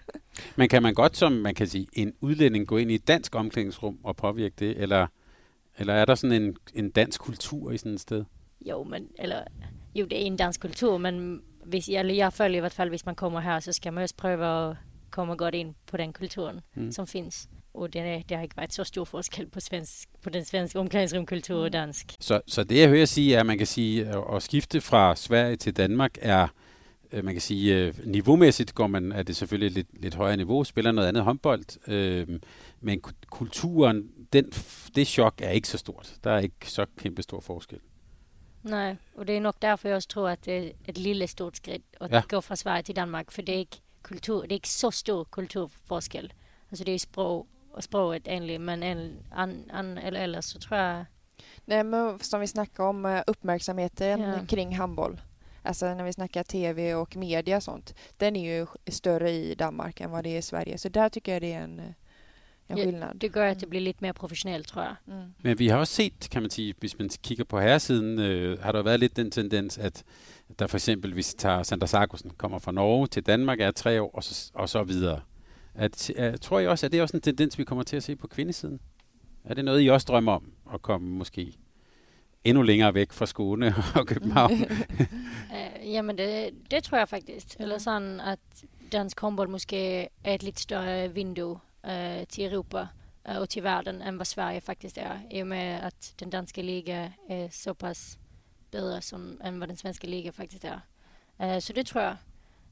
Men kan man godt, som man kan sige, en udlænding gå ind i et dansk omklædningsrum og påvirke det, eller Eller er der sådan en dansk kultur i sådan et sted? Jo, det er en dansk kultur, men jeg føler i hvert fald, hvis man kommer her, så skal man også prøve at komme godt ind på den kulturen, som findes. Og det har ikke været så stor forskel på den svenske omklædningsrumkultur og dansk. Så det, jeg hører sige, er, at man kan sige, at skifte fra Sverige til Danmark er, man kan sige, niveaumæssigt er det selvfølgelig lidt højere niveau, spiller noget andet håndbold, men kulturen, det chok er ikke så stort. Der er ikke så kæmpe stor forskel. Nej, og det er nok derfor, jeg også tror, at det er et lille stort skridt at gå fra Sverige til Danmark, for det er ikke kultur, det er ikke så stor kulturforskel. Altså det er sproget egentlig, men eller ellers så tror jeg... Nej, men som vi snackar om uppmärksamheten kring handboll. Alltså när vi snackar tv och media och sånt. Den är ju större i Danmark än vad det är i Sverige. Så där tycker jag det är en skillnad. Det gør, at det bliver lidt mere professionelt, tror jeg. Men vi har også set, kan man sige, hvis man kigger på herresiden, har der været lidt den tendens, at der for eksempel, hvis vi tager Sander Sargussen, kommer fra Norge til Danmark, er 3 år, og så videre. Tror jeg også, at det er også en tendens, vi kommer til at se på kvindesiden? Er det noget, I også drømmer om, at komme måske endnu længere væk fra Skåne og København? Jamen, det tror jeg faktisk. Eller sådan, at dansk håndbold måske er et lidt større vindue til Europa og til verden, end hvad Sverige faktisk er. I og med, at den danske liga er såpass bedre, end hvad den svenske liga faktisk er. Så det tror jeg.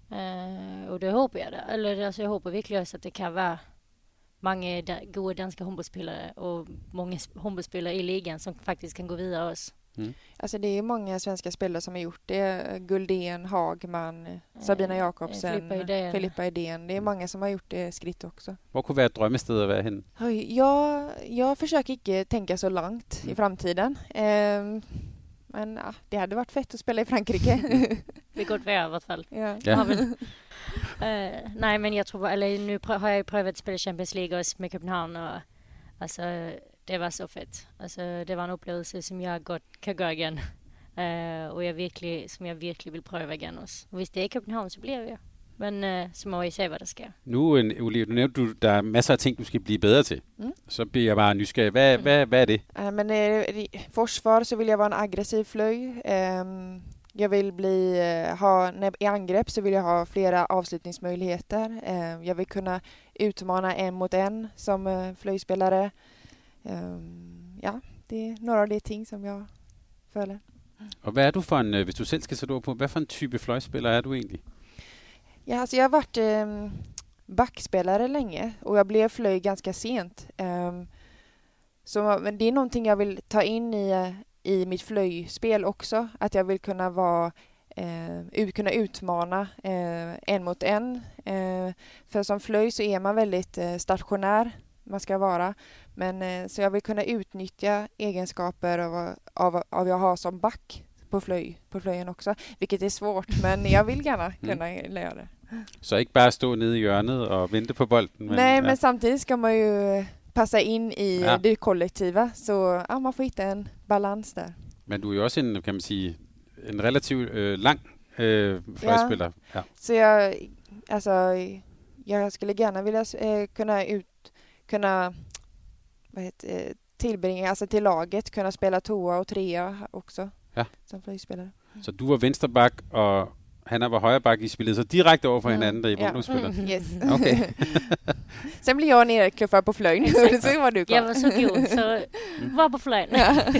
Og det håber jeg da. Eller altså, jeg håber virkelig også, at det kan være mange gode danska håndboldspelare och många håndbollsspelare i ligan som faktiskt kan gå vidare också. Alltså det är många svenska spelare som har gjort det. Guldén, Hagman, Sabina Jakobsen, Filippa Idén. Det är många som har gjort det skritt också. Hvor kunne være et drømmested at være henne? Jag försöker inte tänka så långt i framtiden. Men det hade varit fett att spela i Frankrike. Det är gott vejr i hvert fall. Ja. Nej, men jag tror, nu har jag prövat att spela Champions League också med København, och alltså det var så fett. Alltså det var en upplevelse som jag gott kan göra igen. Och jag virkelig vill pröva igen också. Och hvis det är København, så bliver jeg. Men så må I se, hvad der sker. Nu, Olivia, du nævnte, der er masser af ting, du skal blive bedre til. Så bliver jeg bare nysgerrig. Hvad er det? Men i forsvar så vill jag vara en aggressiv flöj. Jag vill i angrepp så vill jag ha flera avslutningsmöjligheter. Jag vill kunna utmana 1 mot 1 som flöjspelare. Det är några av de ting som jag føler. Og hvad er du for en, hvis du selv skal sætte ord på, hvad for en type fløjspiller er du egentlig? Ja, alltså jag har varit backspelare länge och jag blev flöj ganska sent. Men det är någonting jag vill ta in i mitt flöjspel också. Att jag vill kunna kunna utmana 1 mot 1. För som flöj så är man väldigt stationär. Man ska vara. Men så jag vill kunna utnyttja egenskaper av jag har som back på flöjen också. Vilket är svårt, men jag vill gärna kunna göra det. Så ikke bare stå nede i hjørnet og vente på bolden? Men samtidigt ska man ju passa in i det kollektiva. Så man får hitta en balans där. Men du er jo også en relativt lang fløjspiller. Ja. Så jag skulle gärna vilja kunna tillbringa, alltså till laget, kunna spela 2 och 3 också som fløjspelare. Så du var venstreback, og han var højreback. I spillede så direkte over for hinanden, da I var ungdomsspillere? Yes. Okay. Sen blev jag nedkluffad på fløjen. Så var du klar. Jag var så god, så var på fløjen.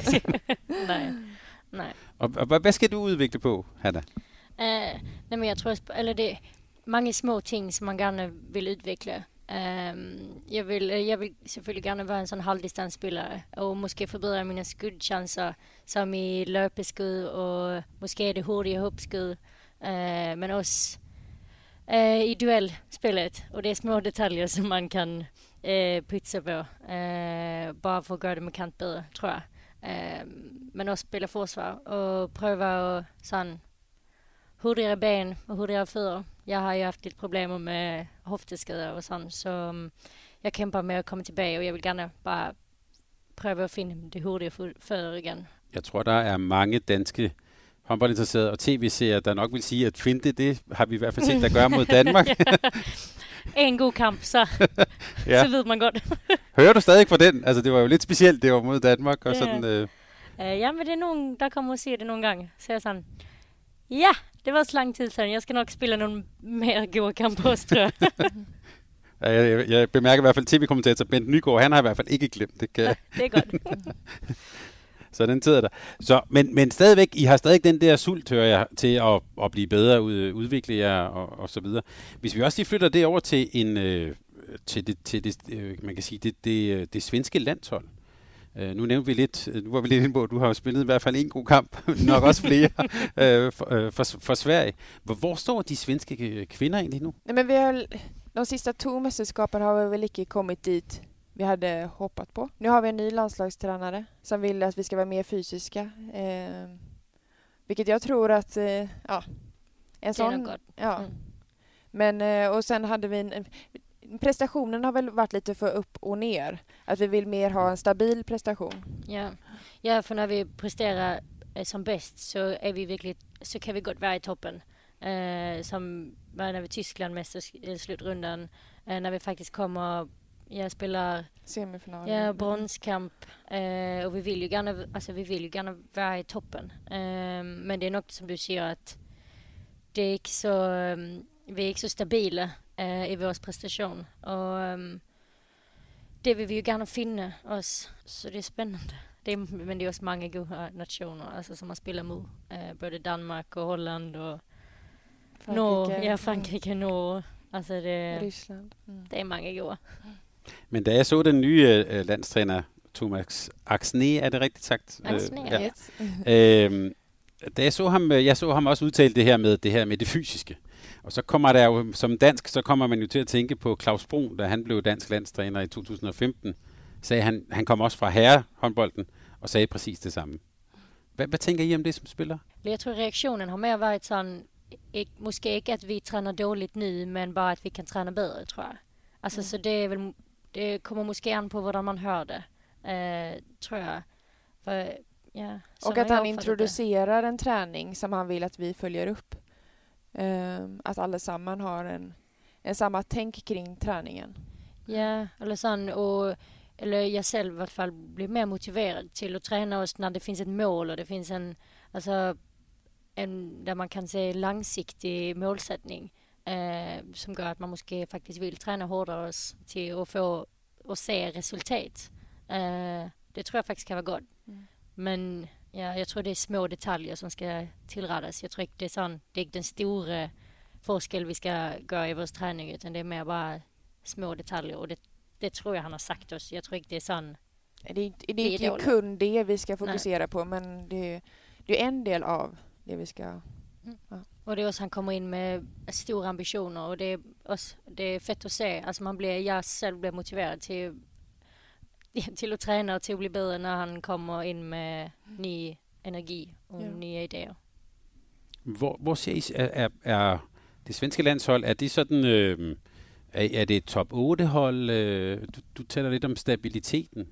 Nej. Og hvad skal du udvikle på, Hanna? Nej, men jag tror, eller det är många små ting som man gärna vill utveckla. Jag vill selvfølgelig gerne være en sådan halvdistansspillere og måske forbedre mine skudchancer som i løbeskud og måske det hurtige hoppskud, men også i duellspillet, og det er små detaljer som man kan pytsa på bare for at gøre det markant bedre, tror jeg. Men også spille forsvar og prøve at sådan hurtigere ben og hurtigere fødder. Jeg har jo haft lidt problemer med hofteskader og sådan, så jeg kæmper med at komme tilbage, og jeg vil gerne bare prøve at finde det hurtige fødder igen. Jeg tror, der er mange danske håndboldinteresserede og tv-serier, der nok vil sige, at finde det har vi i hvert fald set, der gør mod Danmark. en god kamp, så ved man godt. Hører du stadig på den? Altså, det var jo lidt specielt, det var mod Danmark. Og sådan, ja, men det er nogen, der kommer og siger det nogle gange. Så jeg sådan, ja, det var så lang tid siden. Jeg skal nok spille nogle mere gode kampe også, tror jeg. Jeg bemærker i hvert fald tv-kommentator Bent Nygaard, han har i hvert fald ikke glemt det. Ja, det er godt. Så den sidder der. Så, men stadigvæk, I har stadig den der sult, hører jeg, til at blive bedre, udvikle jer og så videre. Hvis vi også lige flytter det over til man kan sige, det svenske landshold. Nu var vi lidt inde på, at du har spillet i hvert fald en god kamp, nok også flere, for Sverige. Hvor står de svenske kvinder egentlig nu? Nej, men de sista 2 mästerskapen har vi väl inte kommit dit vi hade hoppat på. Nu har vi en ny landslagstränare som vill att vi ska vara mer fysiska. Vilket jag tror att en sån... Ja. Men, och sen hade vi prestationen har väl varit lite för upp och ner. Att vi vill mer ha en stabil prestation. Ja, för när vi presterar som bäst så är vi virkelig, så kan vi godt være i toppen. Som när vi Tyskland slutrundan, när vi faktiskt kommer spelar semifinal. Ja, bronskamp. Och vi vill ju gärna vara i toppen. Men det är något som du säger att det är inte så vi är inte så stabila i vår prestation. Och det vill vi ju gärna finna oss. Så det är spännande. Men det är också många goda nationer alltså, som har spelat mot. Både Danmark och Holland och Frankrike, Norge. Alltså Ryssland. Det är många goda. Men da jeg så den nye landstræner, Thomas Axné, er det rigtigt sagt? Axné, yes. Da jeg så ham også udtale det her med det fysiske. Og så kommer der jo, som dansk, så kommer man jo til at tænke på Claus Brun, da han blev dansk landstræner i 2015. Sagde han kom også fra herrehåndbolden og sagde præcis det samme. Hvad tænker I om det som spiller? Jeg tror reaktionen har mere været sådan, måske ikke at vi træner dårligt nu, men bare at vi kan træne bedre, tror jeg. Altså, så det kommer måske an på, hvordan man hör det, tror jag. Och att han introducerar en träning som han vill att vi följer upp. Att allesamman har en samma tänk kring träningen. Ja, eller jag själv i alla fall blir mer motiverad till att träna oss när det finns ett mål och det finns där man kan se långsiktig målsättning. Som gör att man måske faktiskt vill träna hårdare till att få och se resultat. Det tror jag faktiskt kan vara gott. Men jag tror det är små detaljer som ska tillrättas. Jag tror inte det är inte den stora forskel vi ska göra i vår träning, utan det är mer bara små detaljer, och det tror jag han har sagt oss. Jag tror inte det är sån. Det är inte kun det vi ska fokusera på, men det är en del av det vi ska. Ja. Och det är också han kommer in med stora ambitioner, och det är fett att se. Alltså jag själv blir motiverad till att träna och till att bli bättre när han kommer in med ny energi och nya idéer. Hvor ser I, er det svenske landshold, er det sådan, er det et top 8-hold? Du taler lidt om stabiliteten.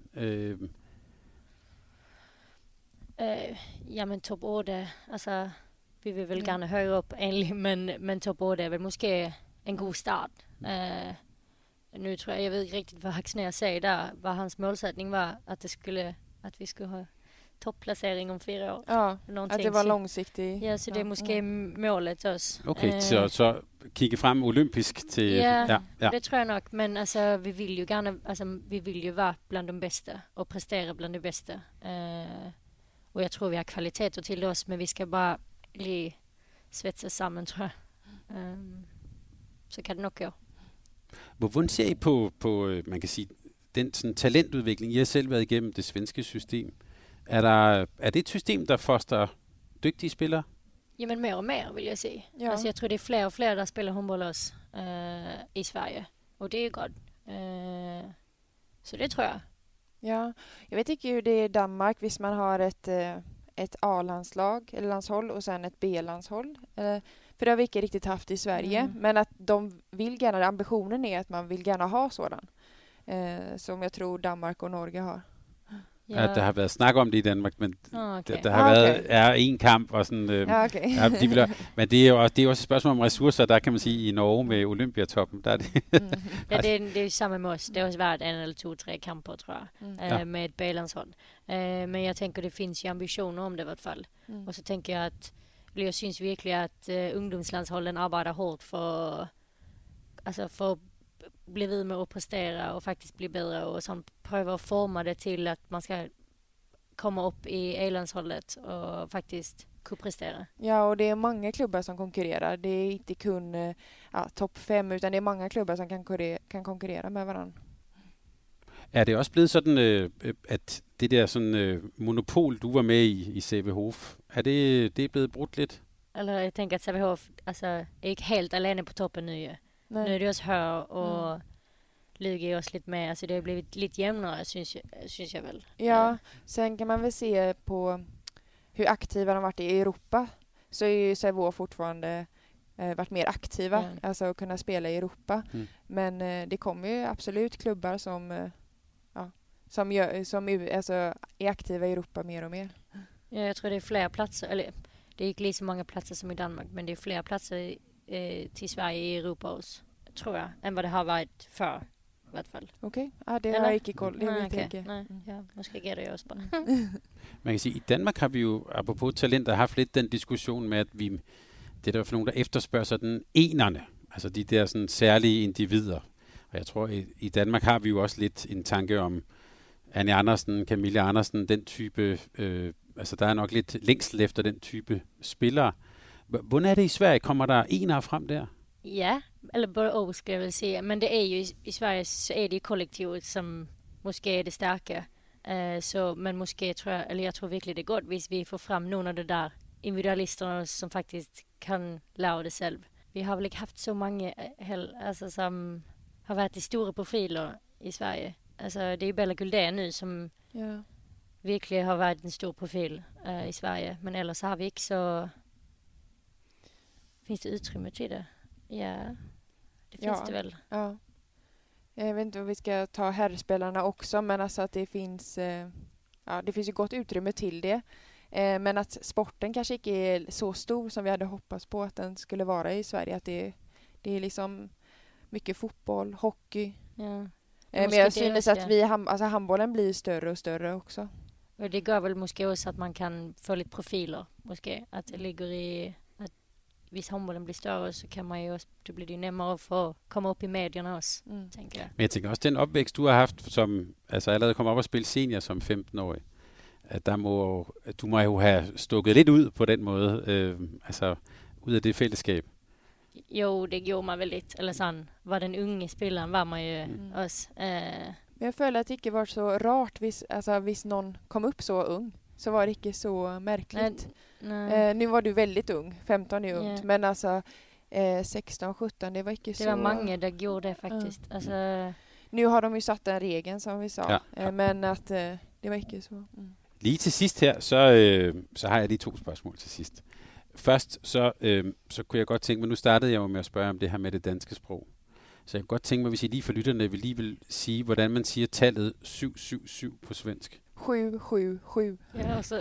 Jamen top 8, altså vi vill väl gärna höra upp egentlig, men top 8 är väl måske en god start. Nu tror jag vet riktigt vad Axnér säger där, vad hans målsättning var, att vi skulle ha topplacering om 4 år. Ja, att det var långsiktigt. Ja, så det är måske målet också. Okay, så kigge frem olympisk till... Ja, det tror jag nog. Men alltså, vi vill ju vara bland de bästa och prestera bland de bästa. Och jag tror vi har kvaliteter till oss, men vi ska bara svetsa samman, tror jag. Så kan det nok gå. Hvordan ser I på man kan sige, den sådan, talentudvikling, I har selv været igennem det svenske system? Er det et system, der foster dygtige spillere? Jamen mer och mer vill jag säga. Ja. Alltså jag tror det är fler och fler där spelar handboll oss i Sverige. Och det är gott. Så det tror jag. Ja, jag vet inte hur det är i Danmark. Hvis man har ett A-landslag eller landshåll och sen ett B-landshåll. För det har vi inte riktigt haft i Sverige. Men att de vill gärna, ambitionen är att man vill gärna ha sådan. Som jag tror Danmark och Norge har. Ja. At der har været snak om det i Danmark, men Okay. der har været en kamp og sådan. Okay. Men det er jo også et spørgsmål om ressourcer. Der kan man sige i Norge med Olympiatoppen, der er det. Ja, det er jo samme med os. Det har også været 1 eller 2-3 kamper, tror jeg, med et B-landshold. Men jeg tænker, det finns ju ambitioner om det i hvert fall. Och så tänker jag att jag syns verkligen att ungdomslandsholden arbetar hårt för att bli vid med att prestera och faktiskt bli bättre och sånt, pröva att forma det till att man ska komma upp i A-landsholdet och faktiskt kunna prestera. Ja, och det är många klubbar som konkurrerar. Det är inte kun topp 5, utan det är många klubbar som kan konkurrera med varandra. Er det også blevet sådan, at det der sådan, monopol, du var med i Sävehof, er det blevet brudt lidt? Eller jag tänker att Sävehof är inte helt alene på toppen nu ju. Nu är det oss Hör och Lugi oss lite mer. Alltså det har blivit lite jämnare syns jag väl. Ja, sen kan man väl se på hur aktiva de varit i Europa. Så är ju Sävehof fortfarande varit mer aktiva, alltså att kunna spela i Europa. Men det kommer ju absolut klubbar som är aktiva i Europa mer och mer. Ja, jag tror det är fler platser, eller det är inte lika många platser som i Danmark, men det är fler platser till Sverige i Europa också, tror jag, än vad det har varit för i hvert fall. Okej, det har jag inte koll. Ja, måske gætter jeg også bare. Man kan sige, i Danmark har vi jo, apropos talenter, haft lidt den diskussion med, at det er der for nogen, der efterspørger sådan enerne, altså de der sådan særlige individer. Og jeg tror, i Danmark har vi jo også lidt en tanke om Anja Andersen, Camilla Andersen, den type, altså der er nok lidt længsel efter den type spillere. Hvordan er det i Sverige? Kommer der enere frem der? Ja, eller både og skal jeg vel sige. Men det er jo i Sverige, så er det kollektivet, som måske er det stærke. Så man måske jeg tror virkelig det er godt, hvis vi får frem nogle af det der individualister, som faktisk kan lave det selv. Vi har vel ikke haft så mange som har været de store profiler i Sverige. Altså det er Bella Guldén nu, som virkelig har været en stor profil i Sverige. Men ellers har vi ikke, så finns det utrymme till det. Ja, det finns det väl. Ja. Jag vet inte om vi ska ta herrspelarna också, men alltså att det finns det finns ju gott utrymme till det. Men att sporten kanske inte är så stor som vi hade hoppats på att den skulle vara i Sverige. Att det är liksom mycket fotboll, hockey. Ja. Men jag synes att handbollen blir större och större också. Och det går väl måske också att man kan få lite profiler. Måske att det ligger i att hvis handbollen blir större så kan man ju också, det blir det nemmere at få komme op i medierne også, tænker jeg. Men jeg tænker også, den opvækst, du har haft, som altså allerede kom op og spille senior som 15-årig, at du må jo have stukket lidt ud på den måde, altså ud af det fællesskab. Jo, det gjorde mig vel lidt. Eller sådan, var den unge spilleren, var man ju også. Men jag føler att det inte var så rart hvis någon kom upp så ung. Så var det inte så märkligt. Nej. Nu var du väldigt ung, 15 är ungt. Men alltså 16-17, det var inte så... Det var många där gjorde det faktiskt. Alltså... Nu har de ju satt den regeln som vi sa. Ja. Men att det var inte så... Lige til sidst her, så har jeg lige 2 spørgsmål til sidst. Først, så kunne jeg godt tænke mig, nu startede jeg jo med at spørge om det her med det danske sprog. Så jeg kunne godt tænke mig, hvis I lige for lytterne vil sige, hvordan man siger tallet 777 på svensk. 777. Ja, altså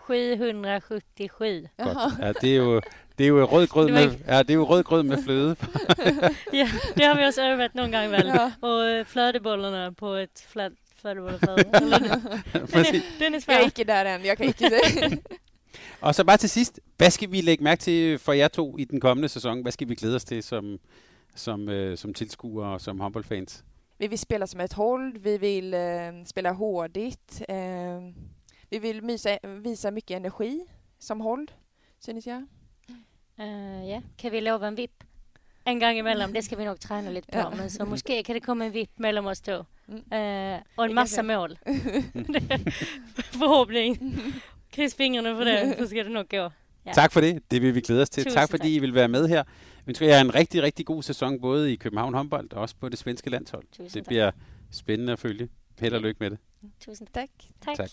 777. Godt. Ja, det er jo rød grød med, det er jo rød grød med fløde. Ja, det har vi også øvet nogle gange vel. Ja. Og flødebollerne på et flødebollefad. Den er svær. Jeg er ikke der än, jeg kan ikke se. Og så bare til sidst, hvad skal vi lægge mærke til for jer to i den kommende sæson? Hvad skal vi glæde os til som tilskuere og som håndboldfans? Vi vill spela som ett hold, vi vill spela hårdigt. Vi vill visa mycket energi som hold, synes jag. Ja, kan vi lova en vipp en gång emellan? Det ska vi nog träna lite på. Men så måske kan det komma en vipp mellan oss två. Och en massa mål. Förhoppning. Kryds fingrene for det, så skal det nok gå. Ja. Tak for det. Det vil vi glæde os til. Tusind tak fordi I vil være med her. Jeg ønsker jer en rigtig, rigtig god sæson, både i København håndbold og også på det svenske landshold. Det bliver spændende at følge. Held og lykke med det. Tusind tak. Tak.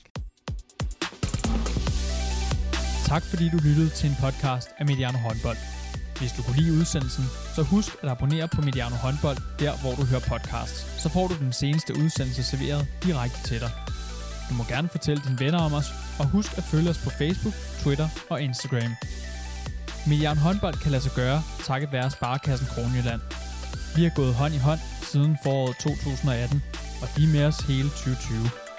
Tak fordi du lyttede til en podcast af Mediano Håndbold. Hvis du kunne lide udsendelsen, så husk at abonnere på Mediano Håndbold, der hvor du hører podcasts. Så får du den seneste udsendelse serveret direkte til dig. Du må gerne fortælle dine venner om os, og husk at følge os på Facebook, Twitter og Instagram. Mediano Håndbold kan lade sig gøre, takket være Sparekassen Kronjylland. Vi har gået hånd i hånd siden foråret 2018, og de er med os hele 2020.